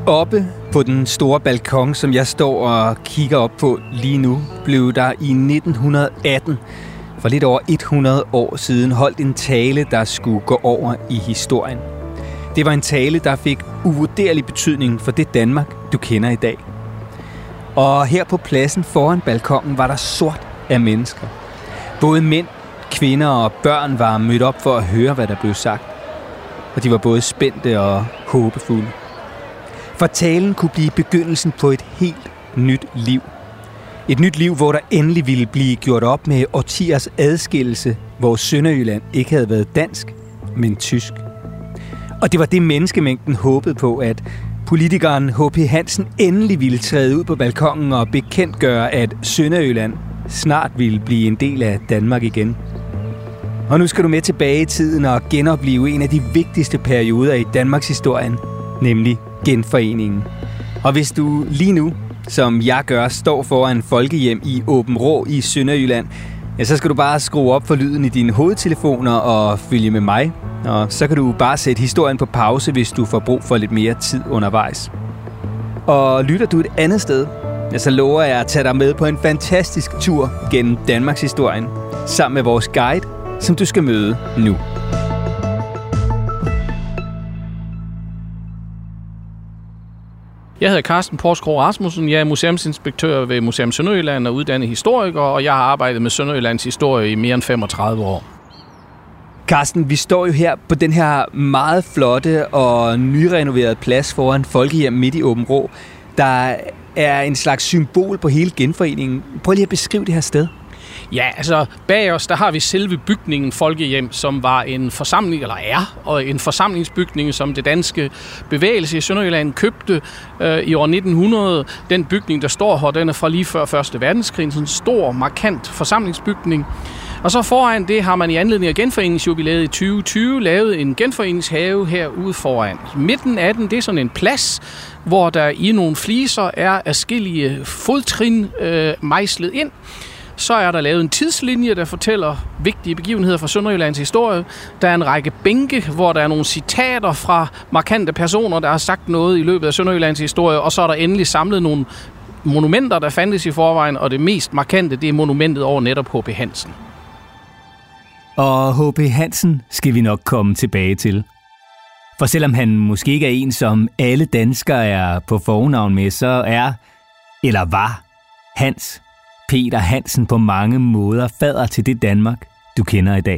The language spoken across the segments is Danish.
Oppe på den store balkon, som jeg står og kigger op på lige nu, blev der i 1918, for lidt over 100 år siden, holdt en tale, der skulle gå over i historien. Det var en tale, der fik uvurderlig betydning for det Danmark, du kender i dag. Og her på pladsen foran balkonen var der sort af mennesker. Både mænd, kvinder og børn var mødt op for at høre, hvad der blev sagt. Og de var både spændte og håbefulde. For talen kunne blive begyndelsen på et helt nyt liv. Et nyt liv, hvor der endelig ville blive gjort op med årtiers adskillelse, hvor Sønderjylland ikke havde været dansk, men tysk. Og det var det menneskemængden håbede på, at politikeren H.P. Hansen endelig ville træde ud på balkonen og bekendtgøre, at Sønderjylland snart ville blive en del af Danmark igen. Og nu skal du med tilbage i tiden og genopleve en af de vigtigste perioder i Danmarks historien, nemlig genforeningen. Og hvis du lige nu, som jeg gør, står foran Folkehjem i Aabenraa i Sønderjylland, ja, så skal du bare skrue op for lyden i dine hovedtelefoner og følge med mig. Og så kan du bare sætte historien på pause, hvis du får brug for lidt mere tid undervejs. Og lytter du et andet sted, ja, så lover jeg at tage dig med på en fantastisk tur gennem Danmarks historien, sammen med vores guide, som du skal møde nu. Jeg hedder Carsten Porskrog Rasmussen. Jeg er museumsinspektør ved Museum Sønderjylland og uddannet historiker, og jeg har arbejdet med Sønderjyllands historie i mere end 35 år. Carsten, vi står jo her på den her meget flotte og nyrenoverede plads foran Folkehjem midt i Aabenraa. Der er en slags symbol på hele genforeningen. Prøv lige at beskrive det her sted. Ja, altså bag os, der har vi selve bygningen Folkehjem, som var en forsamling, eller er, og en forsamlingsbygning, som det danske bevægelse i Sønderjylland købte i år 1900. Den bygning, der står her, den er fra lige før 1. verdenskrig, sådan en stor, markant forsamlingsbygning. Og så foran det har man i anledning af genforeningsjubilæet i 2020 lavet en genforeningshave herude foran. Midten af den, det er sådan en plads, hvor der i nogle fliser er adskillige fodtrin mejslet ind. Så er der lavet en tidslinje, der fortæller vigtige begivenheder fra Sønderjyllands historie. Der er en række bænke, hvor der er nogle citater fra markante personer, der har sagt noget i løbet af Sønderjyllands historie. Og så er der endelig samlet nogle monumenter, der fandtes i forvejen, og det mest markante, det er monumentet over netop H.P. Hansen. Og H.P. Hansen skal vi nok komme tilbage til. For selvom han måske ikke er en, som alle danskere er på fornavn med, så er, eller var, Hans Peter Hansen på mange måder fader til det Danmark, du kender i dag.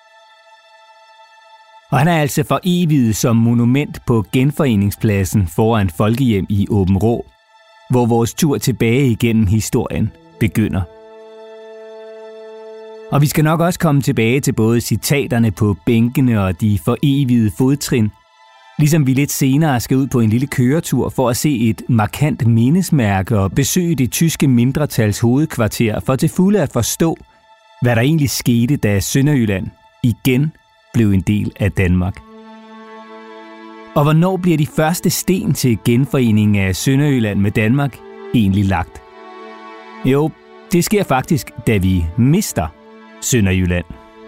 Og han er altså for evigt som monument på genforeningspladsen foran Folkehjem i Aabenraa, hvor vores tur tilbage igennem historien begynder. Og vi skal nok også komme tilbage til både citaterne på bænkene og de forevigede fodtrin, ligesom vi lidt senere skal ud på en lille køretur for at se et markant mindesmærke og besøge det tyske mindretals hovedkvarter for til fulde at forstå, hvad der egentlig skete, da Sønderjylland igen blev en del af Danmark. Og hvornår bliver de første sten til genforeningen af Sønderjylland med Danmark egentlig lagt? Jo, det sker faktisk, da vi mister Sønderjylland.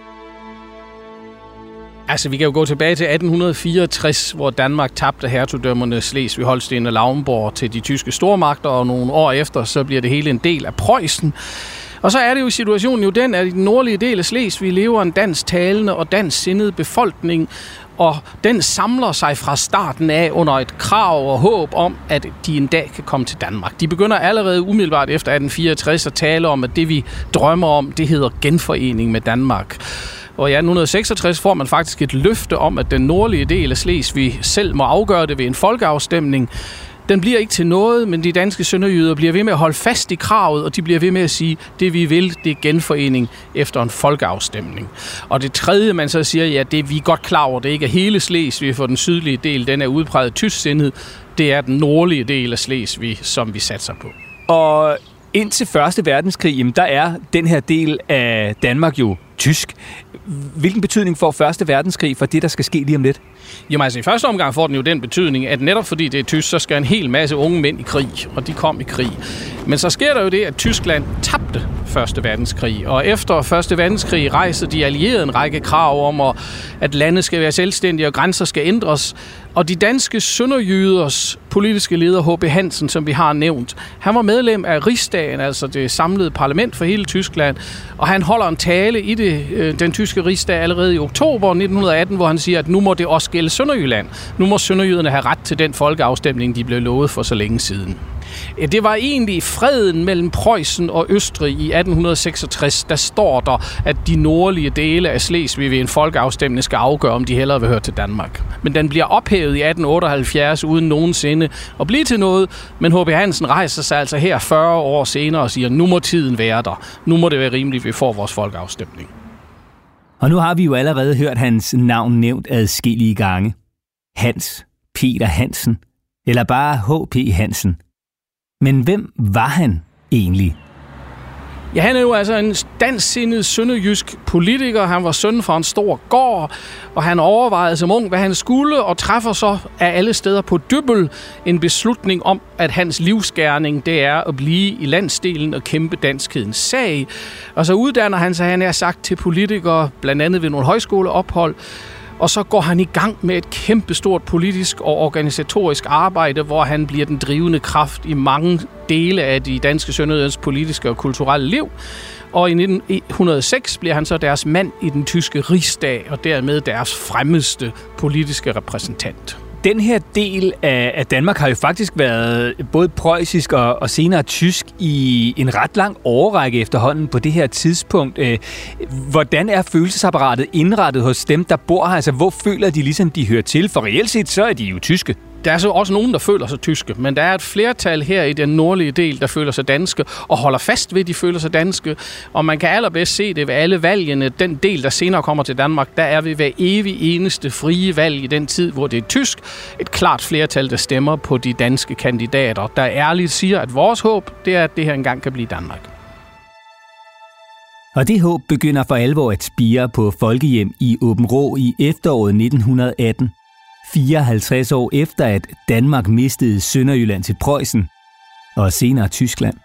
Altså, vi kan jo gå tilbage til 1864, hvor Danmark tabte hertugdømmerne Slesvig, Holsten og Lauenborg til de tyske stormagter, og nogle år efter, så bliver det hele en del af Preussen. Og så er det jo situationen jo den, at i den nordlige del af Slesvig lever en dansktalende og dansksindede befolkning, og den samler sig fra starten af under et krav og håb om, at de en dag kan komme til Danmark. De begynder allerede umiddelbart efter 1864 at tale om, at det vi drømmer om, det hedder genforening med Danmark. Og i 1866 får man faktisk et løfte om, at den nordlige del af Slesvig selv må afgøre det ved en folkeafstemning. Den bliver ikke til noget, men de danske sønderjyder bliver ved med at holde fast i kravet, og de bliver ved med at sige, det vi vil, det er genforening efter en folkeafstemning. Og det tredje, man så siger, ja, det er vi godt klar over, det ikke er hele Slesvig, for den sydlige del, den er udpræget tysksindet. Det er den nordlige del af Slesvig, som vi satser på. Og indtil 1. verdenskrig, der er den her del af Danmark jo tysk. Hvilken betydning får 1. verdenskrig for det, der skal ske lige om lidt? Jamen altså, i første omgang får den jo den betydning, at netop fordi det er tysk, så skal en hel masse unge mænd i krig, og de kom i krig. Men så sker der jo det, at Tyskland tabte 1. verdenskrig, og efter 1. verdenskrig rejste de allierede en række krav om, at landet skal være selvstændige, og grænser skal ændres. Og de danske sønderjyders politiske leder, H.B. Hansen, som vi har nævnt, han var medlem af Rigsdagen, altså det samlede parlament for hele Tyskland, og han holder en tale i den tyske Rigsdag allerede i oktober 1918, hvor han siger, at nu må det også gælde Sønderjylland. Nu må sønderjyderne have ret til den folkeafstemning, de blev lovet for så længe siden. Det var egentlig freden mellem Preussen og Østrig i 1866, der står der, at de nordlige dele af Slesvig ved en folkeafstemning skal afgøre, om de hellere vil høre til Danmark. Men den bliver ophævet i 1878 uden nogensinde at blive til noget, men H.B. Hansen rejser sig altså her 40 år senere og siger, nu må tiden være der. Nu må det være rimeligt, at vi får vores folkeafstemning. Og nu har vi jo allerede hørt hans navn nævnt adskillige gange. Hans Peter Hansen, eller bare H.P. Hansen. Men hvem var han egentlig? Ja, han er jo altså en dansksindet sønderjysk politiker. Han var søn fra en stor gård, og han overvejede som ung, hvad han skulle, og træffer så af alle steder på Dybbøl en beslutning om, at hans livsgerning, det er at blive i landsdelen og kæmpe danskhedens sag. Og så uddanner han sig, han er sagt, til politikere, blandt andet ved nogle højskoleophold. Og så går han i gang med et kæmpestort politisk og organisatorisk arbejde, hvor han bliver den drivende kraft i mange dele af de danske sønderjyders politiske og kulturelle liv. Og i 1906 bliver han så deres mand i den tyske Rigsdag, og dermed deres fremmeste politiske repræsentant. Den her del af Danmark har jo faktisk været både preussisk og senere tysk i en ret lang årrække efterhånden på det her tidspunkt. Hvordan er følelsesapparatet indrettet hos dem, der bor her? Altså, hvor føler de ligesom, de hører til? For reelt set, så er de jo tyske. Der er så også nogen, der føler sig tyske, men der er et flertal her i den nordlige del, der føler sig danske og holder fast ved, at de føler sig danske. Og man kan allerbedst se det ved alle valgene. Den del, der senere kommer til Danmark, der er vi hver evig eneste frie valg i den tid, hvor det er tysk. Et klart flertal, der stemmer på de danske kandidater, der ærligt siger, at vores håb, det er, at det her engang kan blive Danmark. Og det håb begynder for alvor at spire på Folkehjem i Aabenraa i efteråret 1918. 54 år efter, at Danmark mistede Sønderjylland til Preussen og senere Tyskland.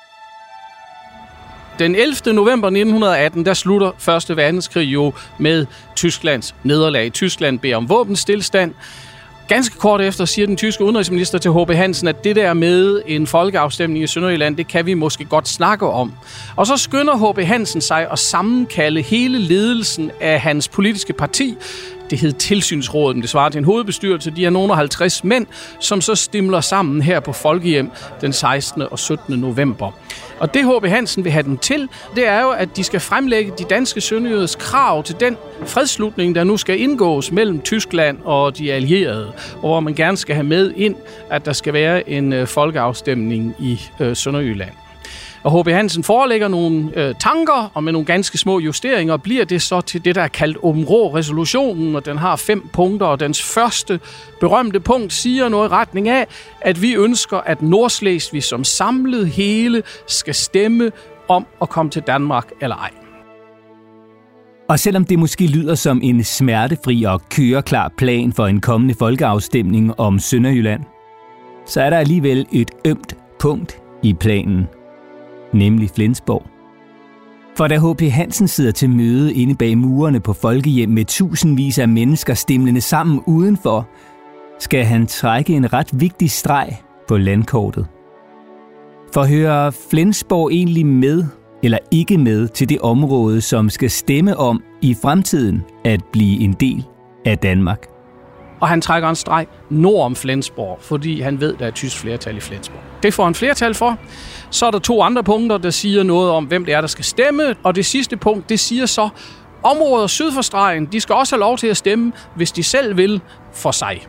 Den 11. november 1918, der slutter 1. verdenskrig jo med Tysklands nederlag. Tyskland beder om våbenstilstand. Ganske kort efter siger den tyske udenrigsminister til H.B. Hansen, at det der med en folkeafstemning i Sønderjylland, det kan vi måske godt snakke om. Og så skynder H.B. Hansen sig at sammenkalde hele ledelsen af hans politiske parti. Det hed Tilsynsrådet, men det svarer til en hovedbestyrelse. De er nogle 50 mænd, som så stimler sammen her på Folkehjem den 16. og 17. november. Og det H.B. Hansen vil have dem til, det er jo, at de skal fremlægge de danske sønderjyders krav til den fredsslutning, der nu skal indgås mellem Tyskland og de allierede, og hvor man gerne skal have med ind, at der skal være en folkeafstemning i Sønderjylland. Og H.B. Hansen forelægger nogle tanker, og med nogle ganske små justeringer bliver det så til det, der er kaldt Aabenraa-resolutionen, og den har 5 punkter, og dens første berømte punkt siger noget i retning af, at vi ønsker, at Nordslesvig som samlet hele skal stemme om at komme til Danmark eller ej. Og selvom det måske lyder som en smertefri og køreklar plan for en kommende folkeafstemning om Sønderjylland, så er der alligevel et ømt punkt i planen, nemlig Flensborg. For da H.P. Hansen sidder til møde inde bag murene på Folkehjem med tusindvis af mennesker stimlende sammen udenfor, skal han trække en ret vigtig streg på landkortet. For hører Flensborg egentlig med eller ikke med til det område, som skal stemme om i fremtiden at blive en del af Danmark? Og han trækker en streg nord om Flensborg, fordi han ved, der er et tysk flertal i Flensborg. Det får han flertal for. Så er der 2 andre punkter, der siger noget om, hvem det er, der skal stemme. Og det sidste punkt, det siger så, områder syd for stregen, de skal også have lov til at stemme, hvis de selv vil, for sig.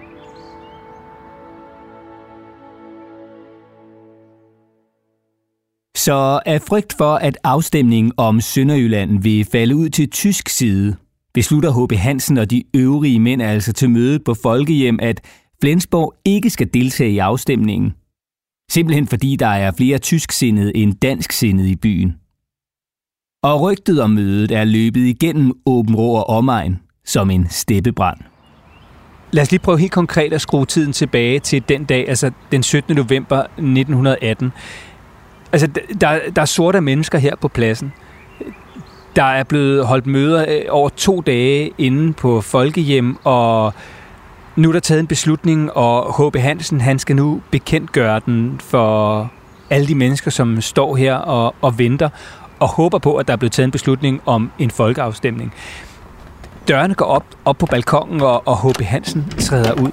Så af frygt for, at afstemningen om Sønderjylland vil falde ud til tysk side, beslutter H.B. Hansen og de øvrige mænd altså til mødet på Folkehjem, at Flensborg ikke skal deltage i afstemningen. Simpelthen fordi der er flere tysksindede end dansksindede i byen. Og rygtet om mødet er løbet igennem Aabenraa og omegn som en steppebrand. Lad os lige prøve helt konkret at skrue tiden tilbage til den dag, altså den 17. november 1918. Altså, der er sorte mennesker her på pladsen. Der er blevet holdt møder over 2 dage inde på Folkehjem, og Nu er der taget en beslutning, og H.B. Hansen, han skal nu bekendtgøre den for alle de mennesker, som står her og venter, og håber på, at der er blevet taget en beslutning om en folkeafstemning. Dørene går op på balkongen, og H.B. Hansen træder ud.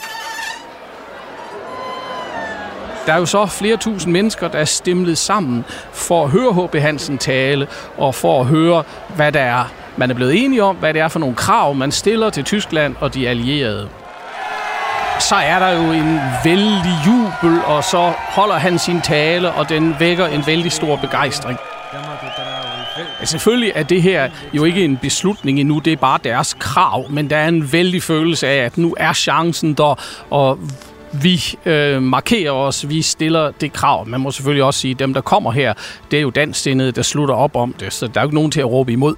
Der er jo så flere tusind mennesker, der er stimlet sammen for at høre H.B. Hansen tale, og for at høre, hvad der er, man er blevet enige om, hvad det er for nogle krav, man stiller til Tyskland og de allierede. Så er der jo en vældig jubel, og så holder han sin tale, og den vækker en vældig stor begejstring. Selvfølgelig er det her jo ikke en beslutning endnu, det er bare deres krav, men der er en vældig følelse af, at nu er chancen der, og vi markerer os, vi stiller det krav. Man må selvfølgelig også sige, at dem, der kommer her, det er jo dansksindede, der slutter op om det, så der er jo ikke nogen til at råbe imod.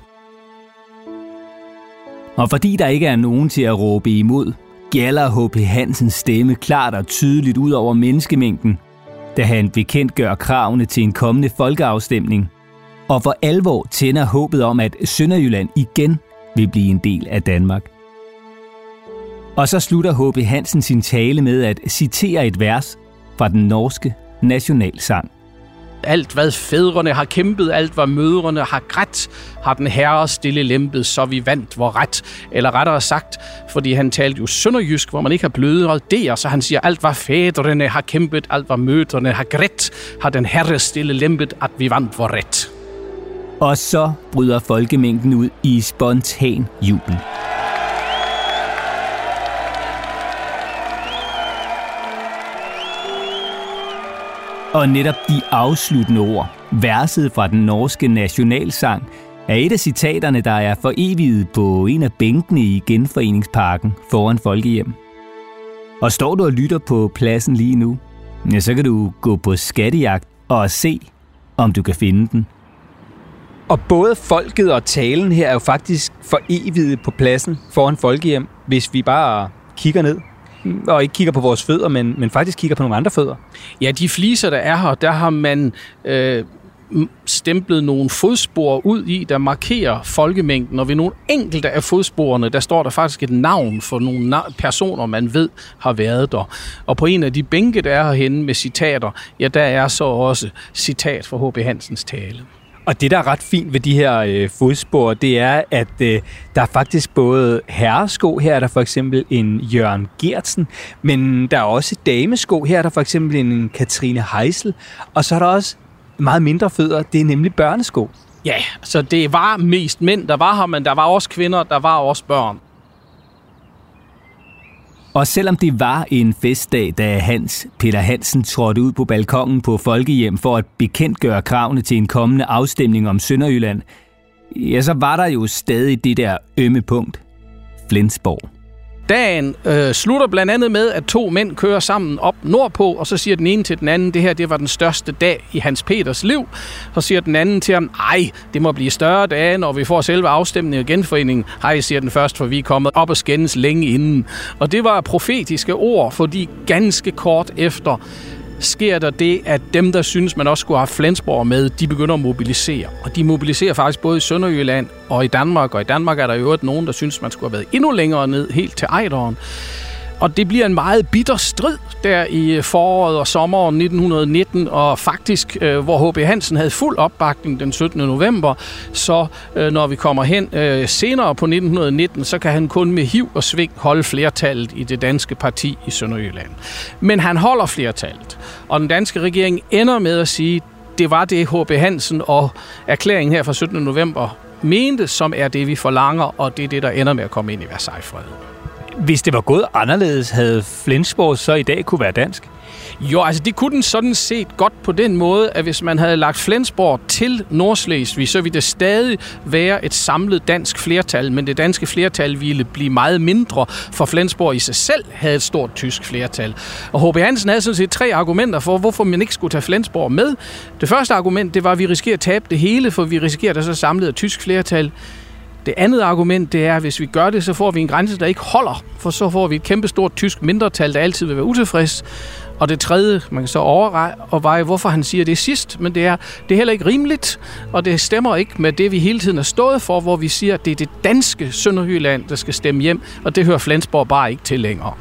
Og fordi der ikke er nogen til at råbe imod, gjalder H.B. Hansens stemme klart og tydeligt ud over menneskemængden, da han bekendtgør kravene til en kommende folkeafstemning, og for alvor tænder håbet om, at Sønderjylland igen vil blive en del af Danmark. Og så slutter H.B. Hansen sin tale med at citere et vers fra den norske nationalsang. Alt hvad fædrene har kæmpet, alt hvad mødrene har grædt, har den herre stille lempet, så vi vandt vor ret. Eller rettere sagt, fordi han talte jo sønderjysk, hvor man ikke har blødret der, så han siger, alt hvad fædrene har kæmpet, alt hvad mødrene har grædt, har den herre stille lempet, at vi vandt vor ret. Og så bryder folkemængden ud i spontan jubel. Og netop de afsluttende ord, verset fra den norske nationalsang, er et af citaterne, der er foreviget på en af bænkene i Genforeningsparken foran Folkehjem. Og står du og lytter på pladsen lige nu, ja, så kan du gå på skattejagt og se, om du kan finde den. Og både folket og talen her er jo faktisk foreviget på pladsen foran Folkehjem, hvis vi bare kigger ned. Og ikke kigger på vores fødder, men faktisk kigger på nogle andre fødder. Ja, de fliser, der er her, der har man stemplet nogle fodspor ud i, der markerer folkemængden. Og ved nogle enkelte af fodsporene, der står der faktisk et navn for nogle personer, man ved har været der. Og på en af de bænke, der er herhenne med citater, ja, der er så også citat fra H.B. Hansens tale. Og det, der er ret fint ved de her fodspor, det er, at der er faktisk både herresko. Her er der for eksempel en Jørgen Gertsen, men der er også damesko. Her er der for eksempel en Katrine Heisel, og så er der også meget mindre fødder. Det er nemlig børnesko. Ja, så det var mest mænd, der var her, men der var også kvinder, der var også børn. Og selvom det var en festdag, da Hans Peter Hansen trådte ud på balkongen på Folkehjem for at bekendtgøre kravene til en kommende afstemning om Sønderjylland, ja, så var der jo stadig det der ømme punkt, Flensborg. Dagen slutter blandt andet med, at to mænd kører sammen op nordpå, og så siger den ene til den anden, det her det var den største dag i Hans Peters liv. Så siger den anden til ham, det må blive større dage, når vi får selve afstemningen og genforeningen. Siger den først, for vi er kommet op og skændes længe inden. Og det var profetiske ord, fordi ganske kort efter sker der det, at dem, der synes, man også skulle have Flensborg med, de begynder at mobilisere. Og de mobiliserer faktisk både i Sønderjylland og i Danmark. Og i Danmark er der jo nogen, der synes, man skulle have været endnu længere ned, helt til Ejderen. Og det bliver en meget bitter strid der i foråret og sommeren 1919, og faktisk, hvor H.B. Hansen havde fuld opbakning den 17. november, så når vi kommer hen senere på 1919, så kan han kun med hiv og sving holde flertallet i det danske parti i Sønderjylland. Men han holder flertallet, og den danske regering ender med at sige, det var det H.B. Hansen og erklæringen her fra 17. november mente, som er det, vi forlanger, og det er det, der ender med at komme ind i Versailles-freden. Hvis det var gået anderledes, havde Flensborg så i dag kunne være dansk? Jo, altså det kunne den sådan set godt på den måde, at hvis man havde lagt Flensborg til Nordslesvig, så ville det stadig være et samlet dansk flertal, men det danske flertal ville blive meget mindre, for Flensborg i sig selv havde et stort tysk flertal. Og H.B. Hansen havde sådan set 3 argumenter for, hvorfor man ikke skulle tage Flensborg med. Det første argument, det var, at vi risikerer at tabe det hele, for vi risikerer, at der så samlet et tysk flertal. Det andet argument, det er, at hvis vi gør det, så får vi en grænse, der ikke holder, for så får vi et kæmpestort tysk mindretal, der altid vil være utilfreds. Og det tredje, man kan så overveje, hvorfor han siger det sidst, men det er heller ikke rimeligt, og det stemmer ikke med det, vi hele tiden har stået for, hvor vi siger, at det er det danske Sønderjylland, der skal stemme hjem, og det hører Flensborg bare ikke til længere.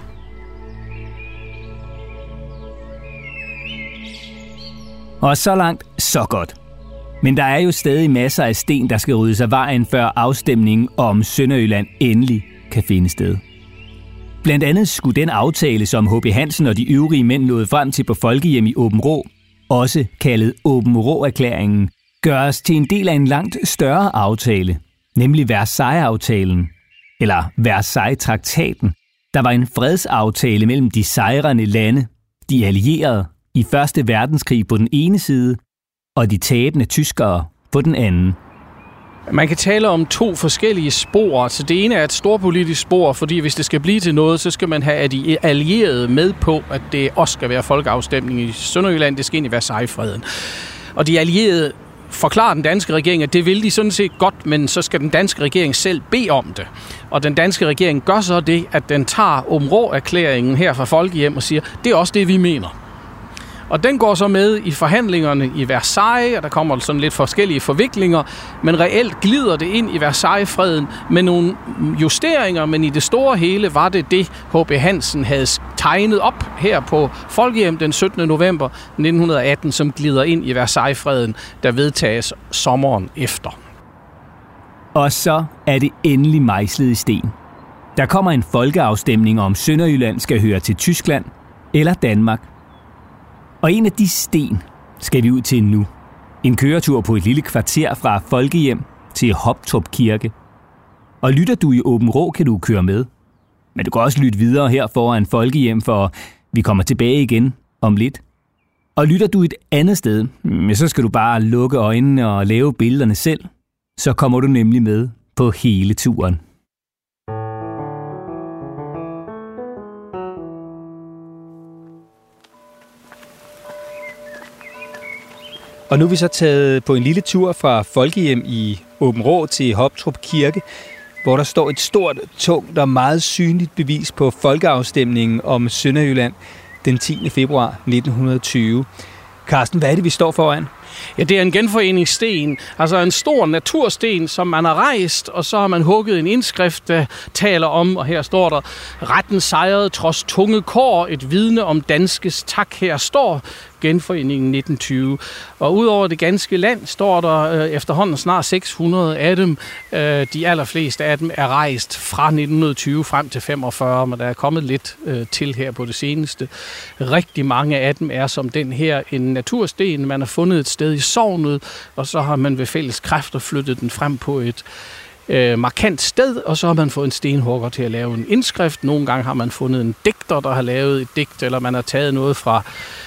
Og så langt, så godt. Men der er jo stadig masser af sten, der skal ryddes af vejen, før afstemningen om Sønderjylland endelig kan finde sted. Blandt andet skulle den aftale, som H.B. Hansen og de øvrige mænd nåede frem til på Folkehjem i Aabenraa, også kaldet Aabenraa-erklæringen, gøres til en del af en langt større aftale, nemlig Versailles-aftalen, eller Versailles-traktaten, der var en fredsaftale mellem de sejrende lande, de allierede, i 1. verdenskrig på den ene side, og de tabende tyskere på den anden. Man kan tale om to forskellige spor. Så det ene er et storpolitisk spor, fordi hvis det skal blive til noget, så skal man have de allierede med på, at det også skal være folkeafstemning i Sønderjylland. Det skal ind i Versailles-freden. Og de allierede forklarer den danske regering, at det vil de sådan set godt, men så skal den danske regering selv bede om det. Og den danske regering gør så det, at den tager Aabenraa-erklæringen her fra Folkehjem og siger, det er også det, vi mener. Og den går så med i forhandlingerne i Versailles, og der kommer sådan lidt forskellige forviklinger, men reelt glider det ind i Versailles-freden med nogle justeringer, men i det store hele var det H.B. Hansen havde tegnet op her på Folkehjem den 17. november 1918, som glider ind i Versailles-freden, der vedtages sommeren efter. Og så er det endelig mejslet i sten. Der kommer en folkeafstemning om Sønderjylland skal høre til Tyskland eller Danmark. Og en af de sten skal vi ud til nu. En køretur på et lille kvarter fra Folkehjem til Hoptrup Kirke. Og lytter du i Aabenraa, kan du køre med. Men du kan også lytte videre her foran Folkehjem, for vi kommer tilbage igen om lidt. Og lytter du et andet sted, så skal du bare lukke øjnene og lave billederne selv. Så kommer du nemlig med på hele turen. Og nu er vi så taget på en lille tur fra Folkehjem i Aabenraa til Hoptrup Kirke, hvor der står et stort, tungt og meget synligt bevis på folkeafstemningen om Sønderjylland den 10. februar 1920. Carsten, hvad er det, vi står foran? Ja, det er en genforeningssten, altså en stor natursten, som man har rejst, og så har man hugget en indskrift, der taler om, og her står der, retten sejrede trods tunge kår, et vidne om danskes tak. Her står genforeningen 1920. Og udover det ganske land står der efterhånden snart 600 af dem. De allerfleste af dem er rejst fra 1920 frem til 45, men der er kommet lidt til her på det seneste. Rigtig mange af dem er som den her en natursten. Man har fundet et sted i sognet, og så har man ved fælles kræfter flyttet den frem på et markant sted, og så har man fået en stenhugger til at lave en indskrift. Nogle gange har man fundet en digter, der har lavet et digt, eller man har taget noget fra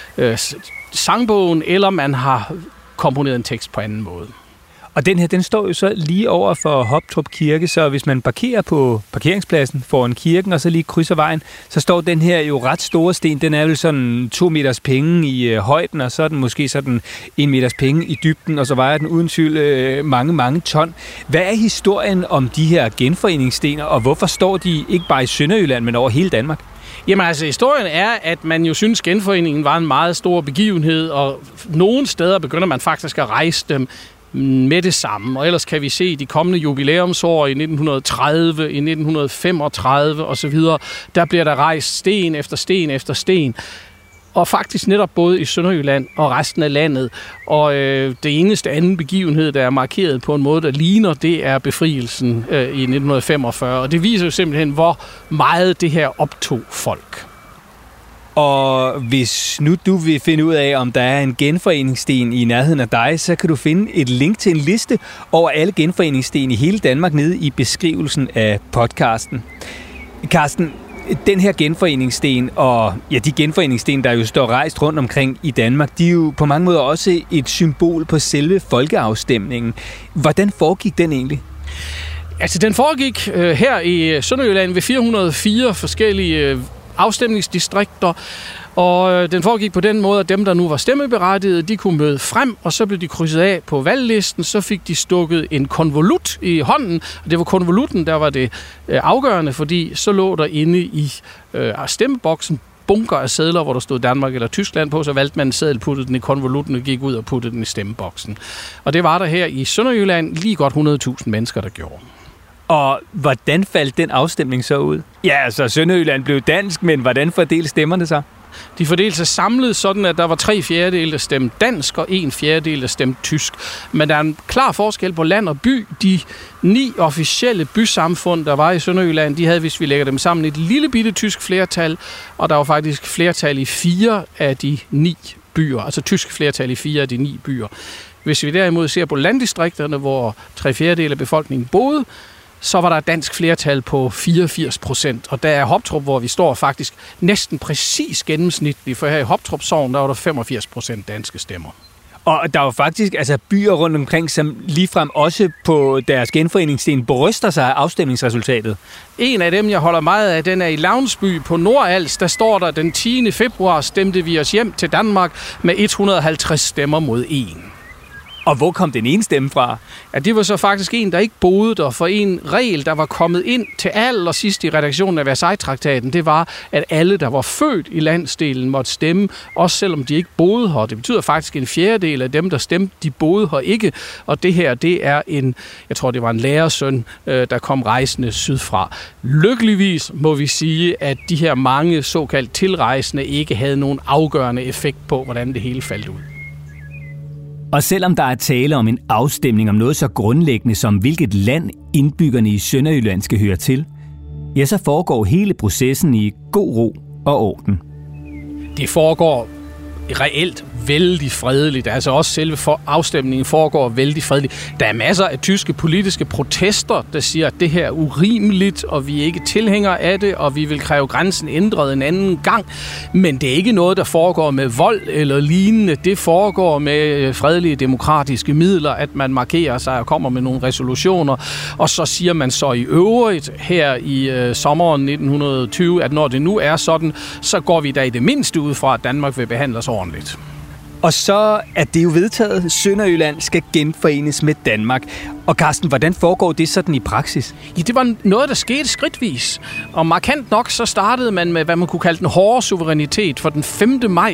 sangbogen, eller man har komponeret en tekst på anden måde. Og den her, den står jo så lige over for Hoptrup Kirke, så hvis man parkerer på parkeringspladsen foran kirken, og så lige krydser vejen, så står den her jo ret store sten. Den er vel sådan 2 meters penge i højden, og så er den måske sådan 1 meters penge i dybden, og så vejer den uden tvivl mange ton. Hvad er historien om de her genforeningsstener, og hvorfor står de ikke bare i Sønderjylland, men over hele Danmark? Jamen altså, historien er, at man jo synes, genforeningen var en meget stor begivenhed, og nogle steder begynder man faktisk at rejse dem med det samme. Og ellers kan vi se de kommende jubilæumsår i 1930, i 1935 osv., der bliver der rejst sten efter sten efter sten. Og faktisk netop både i Sønderjylland og resten af landet. Og det eneste anden begivenhed, der er markeret på en måde, der ligner, det er befrielsen i 1945. Og det viser jo simpelthen, hvor meget det her optog folk. Og hvis nu du vil finde ud af, om der er en genforeningssten i nærheden af dig, så kan du finde et link til en liste over alle genforeningssten i hele Danmark nede i beskrivelsen af podcasten. Carsten, den her genforeningssten og de genforeningssten, der jo står rejst rundt omkring i Danmark, de er jo på mange måder også et symbol på selve folkeafstemningen. Hvordan foregik den egentlig? Altså, den foregik her i Sønderjylland ved 404 forskellige afstemningsdistrikter, Og den foregik på den måde, at dem, der nu var stemmeberettigede, de kunne møde frem, og så blev de krydset af på valglisten. Så fik de stukket en konvolut i hånden, og det var konvolutten, der var det afgørende, fordi så lå der inde i stemmeboksen bunker af sedler, hvor der stod Danmark eller Tyskland på, så valgte man en seddel, puttede den i konvolutten og gik ud og puttede den i stemmeboksen. Og det var der her i Sønderjylland lige godt 100.000 mennesker, der gjorde. Og hvordan faldt den afstemning så ud? Ja, altså Sønderjylland blev dansk, men hvordan fordelte stemmerne sig? De fordelte sig samlet sådan, at der var 3/4, der stemte dansk, og 1/4, der stemte tysk. Men der er en klar forskel på land og by. De 9 officielle bysamfund, der var i Sønderjylland, de havde, hvis vi lægger dem sammen, et lille bitte tysk flertal, og der var faktisk flertal i 4 af de 9 byer, altså tysk flertal i 4 af de 9 byer. Hvis vi derimod ser på landdistrikterne, hvor 3/4 af befolkningen boede, så var der et dansk flertal på 84%, og der er Hoptrup, hvor vi står faktisk næsten præcis gennemsnitligt, for her i Hoptrup Sogn, der var der 85% danske stemmer. Og der var faktisk byer rundt omkring, som ligefrem også på deres genforeningssten bryster sig af afstemningsresultatet. En af dem, jeg holder meget af, den er i Lavnsby på Nordals. Der står der, den 10. februar stemte vi os hjem til Danmark med 150 stemmer mod 1. Og hvor kom den ene stemme fra? Ja, det var så faktisk en, der ikke boede der, for en regel, der var kommet ind til allersidst i redaktionen af Versailles-traktaten, det var, at alle, der var født i landsdelen, måtte stemme, også selvom de ikke boede her. Det betyder faktisk, en 1/4 af dem, der stemte, de boede her ikke. Og det her, det er jeg tror, det var en lærersøn, der kom rejsende sydfra. Lykkeligvis må vi sige, at de her mange såkaldt tilrejsende ikke havde nogen afgørende effekt på, hvordan det hele faldt ud. Og selvom der er tale om en afstemning om noget så grundlæggende som hvilket land indbyggerne i Sønderjylland skal høre til, ja, så foregår hele processen i god ro og orden. Det foregår reelt vældig fredeligt. Altså også selve afstemningen foregår vældig fredeligt. Der er masser af tyske politiske protester, der siger, at det her er urimeligt, og vi er ikke tilhængere af det, og vi vil kræve grænsen ændret en anden gang. Men det er ikke noget, der foregår med vold eller lignende. Det foregår med fredelige demokratiske midler, at man markerer sig og kommer med nogle resolutioner. Og så siger man så i øvrigt her i sommeren 1920, at når det nu er sådan, så går vi da i det mindste ud fra, at Danmark vil behandle os ordentligt. Og så er det jo vedtaget, at Sønderjylland skal genforenes med Danmark. Og Carsten, hvordan foregår det sådan i praksis? Ja, det var noget, der skete skridtvis. Og markant nok, så startede man med, hvad man kunne kalde den hårde suverænitet for den 5. maj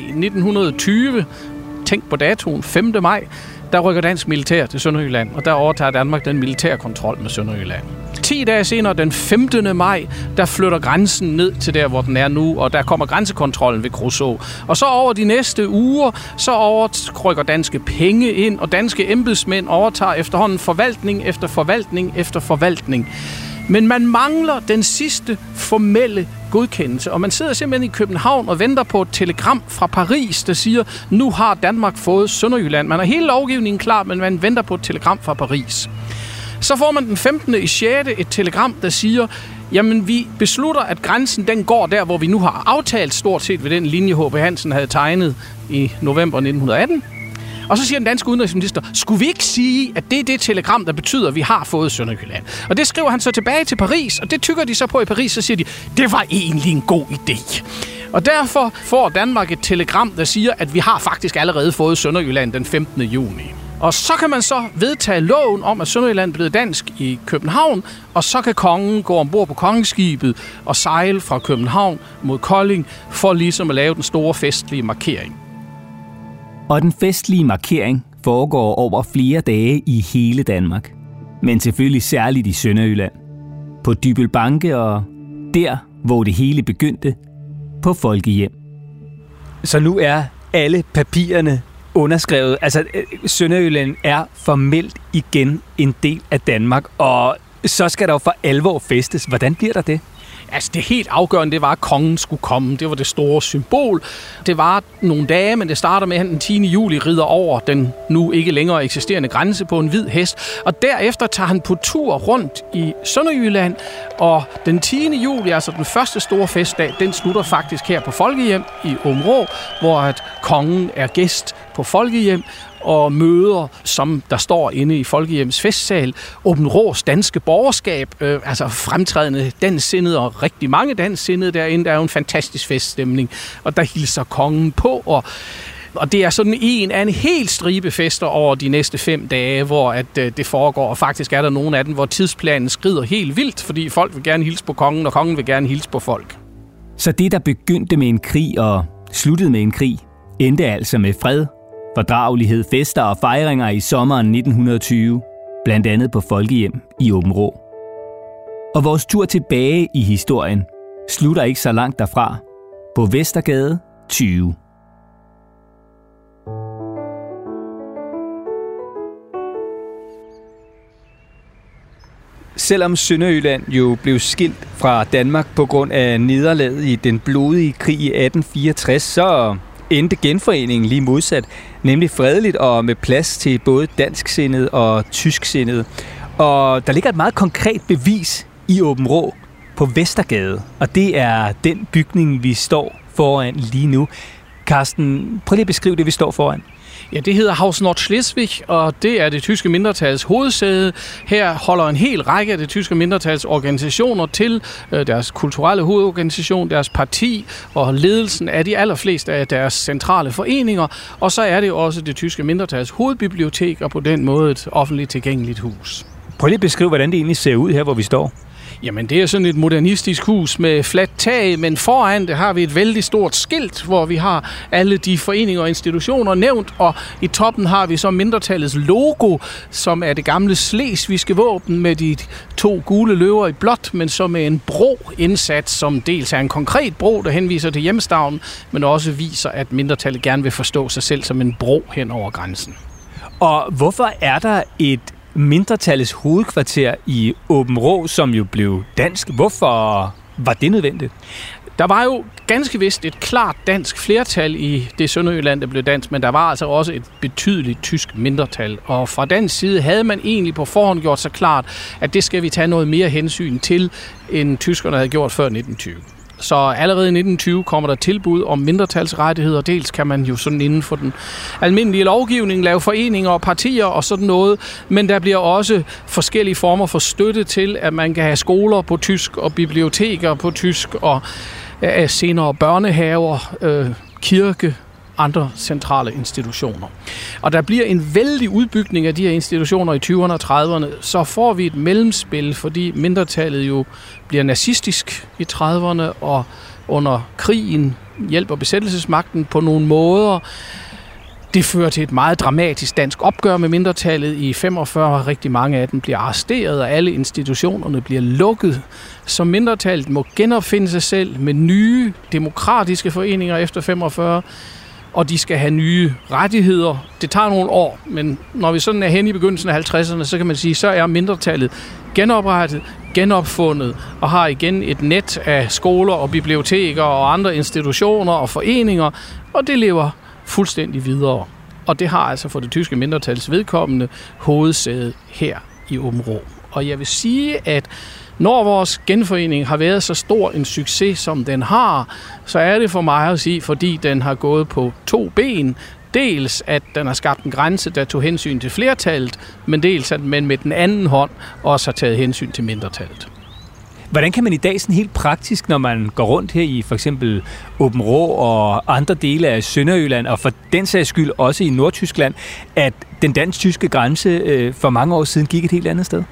1920. Tænk på datoen, 5. maj. Der rykker dansk militær til Sønderjylland, og der overtager Danmark den militære kontrol med Sønderjylland. 10 dage senere, den 15. maj, der flytter grænsen ned til der, hvor den er nu, og der kommer grænsekontrollen ved Kruså. Og så over de næste uger, så overrykker danske penge ind, og danske embedsmænd overtager efterhånden forvaltning efter forvaltning efter forvaltning. Men man mangler den sidste formelle godkendelse, og man sidder simpelthen i København og venter på et telegram fra Paris, der siger, nu har Danmark fået Sønderjylland. Man har hele lovgivningen klar, men man venter på et telegram fra Paris. Så får man den 15. i 6. et telegram, der siger, jamen vi beslutter, at grænsen den går der, hvor vi nu har aftalt stort set ved den linje, H.P. Hansen havde tegnet i november 1918. Og så siger den danske udenrigsminister, skulle vi ikke sige, at det er det telegram, der betyder, at vi har fået Sønderjylland? Og det skriver han så tilbage til Paris, og det tykker de så på i Paris, så siger de, det var egentlig en god idé. Og derfor får Danmark et telegram, der siger, at vi har faktisk allerede fået Sønderjylland den 15. juni. Og så kan man så vedtage loven om, at Sønderjylland er blevet dansk i København, og så kan kongen gå ombord på kongeskibet og sejle fra København mod Kolding for ligesom at lave den store festlige markering. Og den festlige markering foregår over flere dage i hele Danmark. Men selvfølgelig særligt i Sønderjylland. På Dybbøl Banke og der, hvor det hele begyndte, på Folkehjem. Så nu er alle papirerne underskrevet. Altså, Sønderjylland er formelt igen en del af Danmark, og så skal der jo for alvor festes. Hvordan bliver der det? Altså det helt afgørende, det var, at kongen skulle komme. Det var det store symbol. Det var nogle dage, men det starter med, at han den 10. juli rider over den nu ikke længere eksisterende grænse på en hvid hest. Og derefter tager han på tur rundt i Sønderjylland. Og den 10. juli, altså den første store festdag, den slutter faktisk her på Folkehjem i Aabenraa, hvor at kongen er gæst på folkehjem og møder, som der står inde i Folkehjems festsal, Aabenraas danske borgerskab, altså fremtrædende dansksindede og rigtig mange dansksindede derinde. Der er jo en fantastisk feststemning, og der hilser kongen på, og det er sådan en helt stribe fester over de næste 5 dage, hvor at det foregår, og faktisk er der nogle af dem, hvor tidsplanen skrider helt vildt, fordi folk vil gerne hilse på kongen, og kongen vil gerne hilse på folk. Så det, der begyndte med en krig og sluttede med en krig, endte altså med fred, fordragelighed, fester og fejringer i sommeren 1920, blandt andet på Folkehjem i Aabenraa. Og vores tur tilbage i historien slutter ikke så langt derfra, på Vestergade 20. Selvom Sønderjylland jo blev skilt fra Danmark på grund af nederlaget i den blodige krig i 1864, så endte genforeningen lige modsat, nemlig fredeligt og med plads til både dansksindede og tysksindede. Og der ligger et meget konkret bevis i Aabenraa på Vestergade, og det er den bygning, vi står foran lige nu. Carsten, prøv lige at beskrive det, vi står foran. Ja, det hedder Haus Nordschleswig, og det er det tyske mindretals hovedsæde. Her holder en hel række af det tyske mindretals organisationer til, deres kulturelle hovedorganisation, deres parti og ledelsen af de allerfleste af deres centrale foreninger. Og så er det også det tyske mindretals hovedbibliotek, og på den måde et offentligt tilgængeligt hus. Prøv lige at beskrive, hvordan det egentlig ser ud her, hvor vi står. Jamen, det er sådan et modernistisk hus med fladt tag, men foran det har vi et vældig stort skilt, hvor vi har alle de foreninger og institutioner nævnt, og i toppen har vi så mindretallets logo, som er det gamle slesvigske våben med de 2 gule løver i blåt, men så med en bro indsat, som dels er en konkret bro, der henviser til hjemstavnen, men også viser, at mindretallet gerne vil forstå sig selv som en bro hen over grænsen. Og hvorfor er der et mindretallets hovedkvarter i Aabenraa, som jo blev dansk? Hvorfor var det nødvendigt? Der var jo ganske vist et klart dansk flertal i det Sønderjylland, der blev dansk, men der var altså også et betydeligt tysk mindretal. Og fra den side havde man egentlig på forhånd gjort sig klart, at det skal vi tage noget mere hensyn til, end tyskerne havde gjort før 1920. Så allerede i 1920 kommer der tilbud om mindretalsrettigheder. Dels kan man jo sådan inden for den almindelige lovgivning lave foreninger og partier og sådan noget, men der bliver også forskellige former for støtte til, at man kan have skoler på tysk og biblioteker på tysk og senere børnehaver, kirke, andre centrale institutioner. Og der bliver en vældig udbygning af de her institutioner i 20'erne og 30'erne, så får vi et mellemspil, fordi mindretallet jo bliver nazistisk i 30'erne, og under krigen hjælper besættelsesmagten på nogle måder. Det fører til et meget dramatisk dansk opgør med mindretallet. I 45 rigtig mange af dem bliver arresteret, og alle institutionerne bliver lukket. Så mindretallet må genopfinde sig selv med nye demokratiske foreninger efter 45, og de skal have nye rettigheder. Det tager nogle år, men når vi sådan er hen i begyndelsen af 50'erne, så kan man sige, så er mindretallet genoprettet, genopfundet og har igen et net af skoler og biblioteker og andre institutioner og foreninger, og det lever fuldstændig videre. Og det har altså for det tyske mindretals vedkommende hovedsæde her i Aabenraa. Og jeg vil sige, at når vores genforening har været så stor en succes, som den har, så er det for mig at sige, fordi den har gået på 2 ben. Dels, at den har skabt en grænse, der tog hensyn til flertallet, men dels, at man med den anden hånd også har taget hensyn til mindretallet. Hvordan kan man i dag sådan helt praktisk, når man går rundt her i for eksempel Aabenraa og andre dele af Sønderjylland, og for den sags skyld også i Nordtyskland, at den dansk-tyske grænse for mange år siden gik et helt andet sted?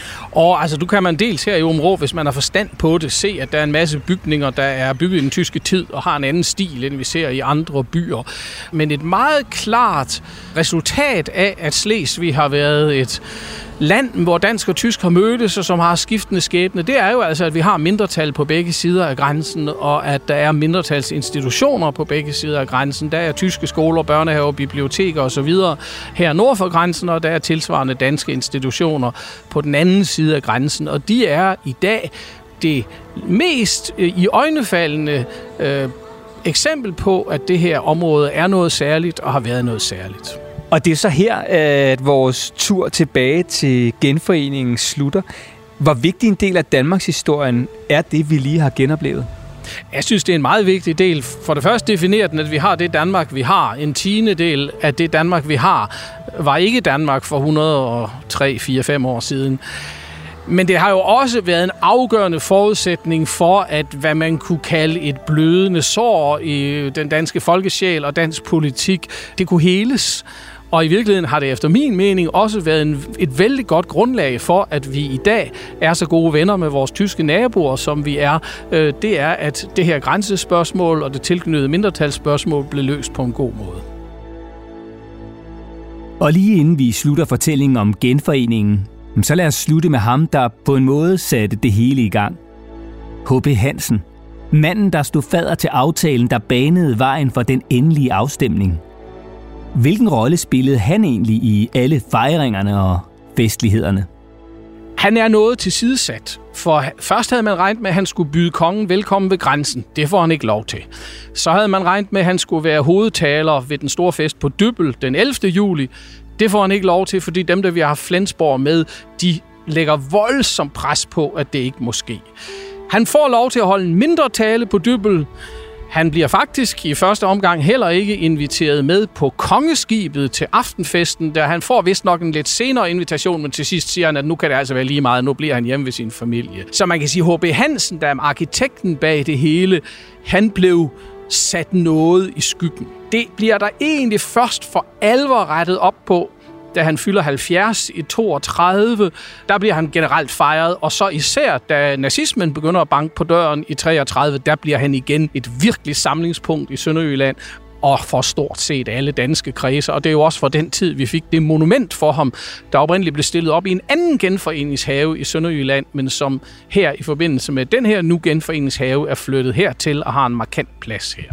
Og altså, du kan man dels her i Aabenraa, hvis man har forstand på det, se, at der er en masse bygninger, der er bygget i den tyske tid og har en anden stil, end vi ser i andre byer. Men et meget klart resultat af, at Slesvig har været et land, hvor dansk og tysk har mødtes, og som har skiftende skæbne, det er jo altså, at vi har mindretal på begge sider af grænsen, og at der er mindretalsinstitutioner på begge sider af grænsen. Der er tyske skoler, børnehaver, biblioteker osv. her nord for grænsen, og der er tilsvarende danske institutioner på den anden side af grænsen, og de er i dag det mest iøjnefaldende eksempel på, at det her område er noget særligt og har været noget særligt. Og det er så her, at vores tur tilbage til genforeningen slutter. Hvor vigtig en del af Danmarks historien er det, vi lige har genoplevet? Jeg synes, det er en meget vigtig del. For det første definerer den, at vi har det Danmark, vi har. En tiendedel af det Danmark, vi har, var ikke Danmark for 103, 4, 5 år siden. Men det har jo også været en afgørende forudsætning for, at hvad man kunne kalde et blødende sår i den danske folkesjæl og dansk politik, det kunne heles. Og i virkeligheden har det efter min mening også været et vældig godt grundlag for, at vi i dag er så gode venner med vores tyske naboer, som vi er. Det er, at det her grænsespørgsmål og det tilknyttede mindretalsspørgsmål blev løst på en god måde. Og lige inden vi slutter fortællingen om genforeningen, så lad os slutte med ham, der på en måde satte det hele i gang. H.P. Hansen. Manden, der stod fadder til aftalen, der banede vejen for den endelige afstemning. Hvilken rolle spillede han egentlig i alle fejringerne og festlighederne? Han er noget tilsidesat, for først havde man regnet med, at han skulle byde kongen velkommen ved grænsen. Det får han ikke lov til. Så havde man regnet med, at han skulle være hovedtaler ved den store fest på Dybbøl den 11. juli. Det får han ikke lov til, fordi dem, der vi har haft Flensborg med, de lægger voldsomt pres på, at det ikke må ske. Han får lov til at holde en mindre tale på Dybbøl. Han bliver faktisk i første omgang heller ikke inviteret med på kongeskibet til aftenfesten, der han får vist nok en lidt senere invitation, men til sidst siger han, at nu kan det altså være lige meget, nu bliver han hjemme ved sin familie. Så man kan sige, H.P. Hansen, der er arkitekten bag det hele, han blev sat noget i skyggen. Det bliver der egentlig først for alvor rettet op på, da han fylder 70 i 32, der bliver han generelt fejret, og så især, da nazismen begynder at banke på døren i 33, der bliver han igen et virkelig samlingspunkt i Sønderjylland, og for stort set alle danske kredser. Og det er jo også for den tid, vi fik det monument for ham, der oprindeligt blev stillet op i en anden genforeningshave i Sønderjylland, men som her i forbindelse med den her nu genforeningshave er flyttet hertil og har en markant plads her.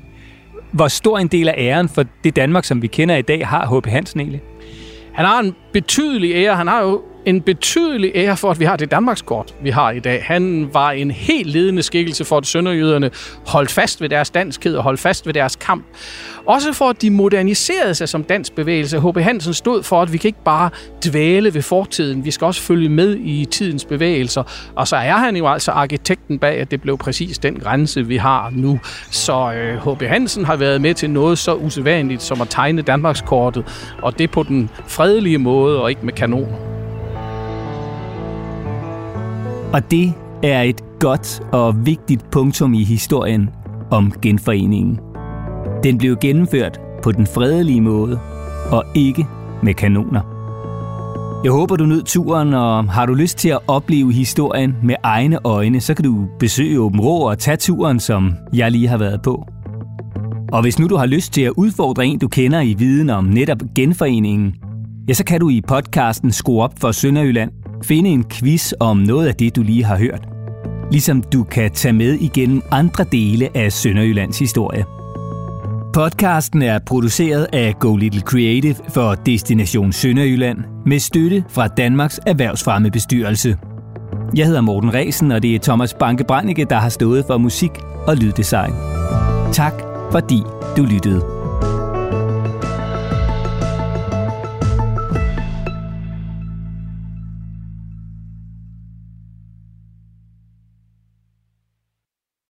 Hvor stor en del af æren for det Danmark, som vi kender i dag, har H.P. Hansen egentlig? Han har en betydelig ære. Han har jo en betydelig ære for, at vi har det Danmarkskort, vi har i dag. Han var en helt ledende skikkelse for, at sønderjyderne holdt fast ved deres danskhed og holdt fast ved deres kamp. Også for, at de moderniserede sig som dansk bevægelse. H.P. Hansen stod for, at vi kan ikke bare dvæle ved fortiden. Vi skal også følge med i tidens bevægelser. Og så er han jo altså arkitekten bag, at det blev præcis den grænse, vi har nu. Så H.P. Hansen har været med til noget så usædvanligt som at tegne Danmarkskortet. Og det på den fredelige måde og ikke med kanoner. Og det er et godt og vigtigt punktum i historien om genforeningen. Den blev gennemført på den fredelige måde, og ikke med kanoner. Jeg håber, du nød turen, og har du lyst til at opleve historien med egne øjne, så kan du besøge Aabenraa og tage turen, som jeg lige har været på. Og hvis nu du har lyst til at udfordre en, du kender i viden om netop genforeningen, ja, så kan du i podcasten Skru op for Sønderjylland finde en quiz om noget af det, du lige har hørt. Ligesom du kan tage med igennem andre dele af Sønderjyllands historie. Podcasten er produceret af Go Little Creative for Destination Sønderjylland med støtte fra Danmarks Erhvervsfremmebestyrelse. Jeg hedder Morten Ræsen, og det er Thomas Banke-Brannicke, der har stået for musik og lyddesign. Tak fordi du lyttede.